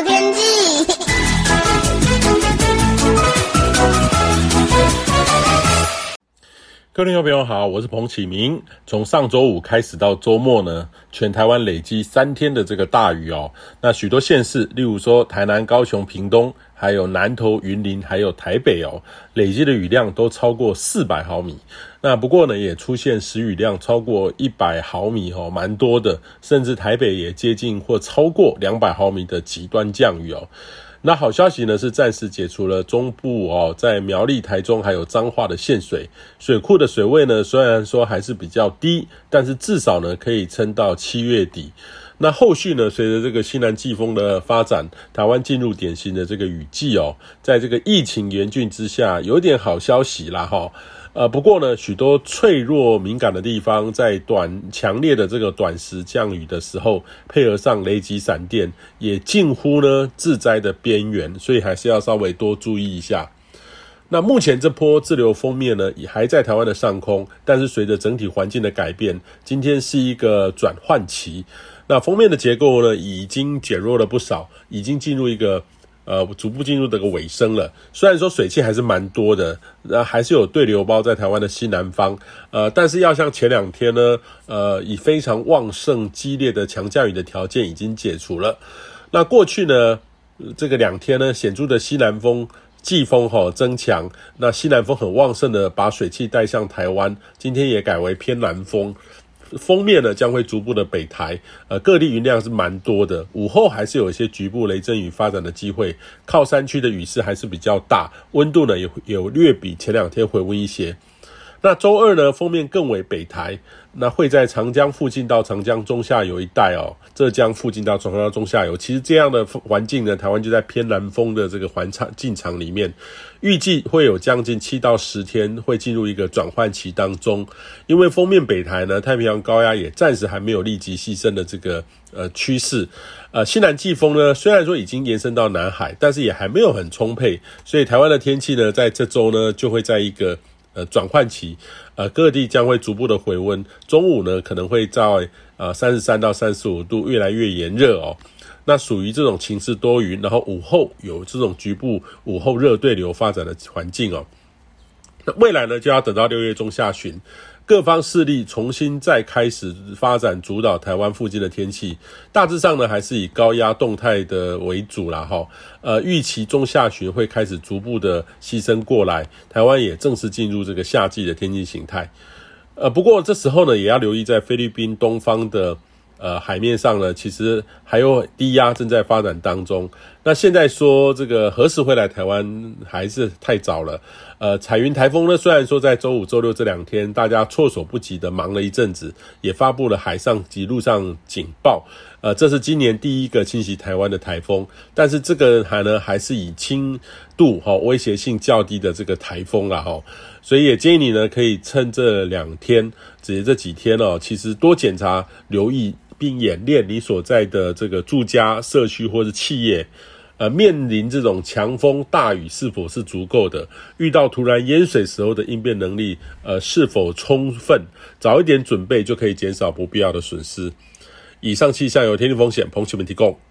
天气。 各位听众朋友好，我是彭启明。从上周五开始到周末呢，全台湾累积3天的这个大雨哦。那许多县市，例如说台南、高雄、屏东，还有南投、云林，还有台北哦，累积的雨量都超过400毫米。那不过呢，也出现时雨量超过100毫米哦，蛮多的，甚至台北也接近或超过200毫米的极端降雨哦。那好消息呢是暂时解除了中部在苗栗、台中还有彰化的限水，水库的水位呢虽然说还是比较低，但是至少呢可以撑到7月底。那后续呢，随着这个西南季风的发展，台湾进入典型的这个雨季哦，在这个疫情严峻之下，有点好消息啦齁。不过呢，许多脆弱敏感的地方，在强烈的这个短时降雨的时候，配合上雷击闪电，也近乎呢致灾的边缘，所以还是要稍微多注意一下。那目前这波滞留锋面呢，也还在台湾的上空，但是随着整体环境的改变，今天是一个转换期。那锋面的结构呢，已经减弱了不少，已经进入一个逐步进入这个尾声了。虽然说水汽还是蛮多的，还是有对流包在台湾的西南方，但是要像前2天呢，以非常旺盛激烈的强降雨的条件已经解除了。那过去呢，这个2天呢，显著的西南风季风增强，那西南风很旺盛的把水汽带向台湾，今天也改为偏南风。锋面呢将会逐步的北台，各地云量是蛮多的，午后还是有一些局部雷阵雨发展的机会，靠山区的雨势还是比较大，温度呢也有略比前2天回温一些。那周二呢，锋面更为北台，那会在长江附近到长江中下游一带哦，浙江附近到长江中下游，其实这样的环境呢，台湾就在偏南风的这个进场里面，预计会有将近7到10天会进入一个转换期当中。因为锋面北台呢，太平洋高压也暂时还没有立即牺牲的这个趋势。西南季风呢，虽然说已经延伸到南海，但是也还没有很充沛，所以台湾的天气呢，在这周呢就会在一个转换期，各地将会逐步的回温，中午呢可能会在33到35度，越来越炎热哦。那属于这种晴时多云，然后午后有这种局部午后热对流发展的环境哦。那未来呢就要等到6月中下旬，各方势力重新再开始发展主导台湾附近的天气，大致上呢还是以高压动态的为主啦齁。预期中下旬会开始逐步的牺牲过来，台湾也正式进入这个夏季的天气形态。不过这时候呢也要留意在菲律宾东方的海面上呢，其实还有低压正在发展当中。那现在说这个何时会来台湾还是太早了。彩云台风呢，虽然说在周5、周6这2天大家措手不及的忙了一阵子，也发布了海上及陆上警报。这是今年第一个侵袭台湾的台风，但是这个还是以轻度威胁性较低的这个台风啦齁。所以也建议你呢，可以趁这2天，直接这几天其实多检查、留意并演练你所在的这个住家、社区或是企业，面临这种强风大雨是否是足够的，遇到突然淹水时候的应变能力是否充分，早一点准备就可以减少不必要的损失。以上气象由天气风险彭启明提供。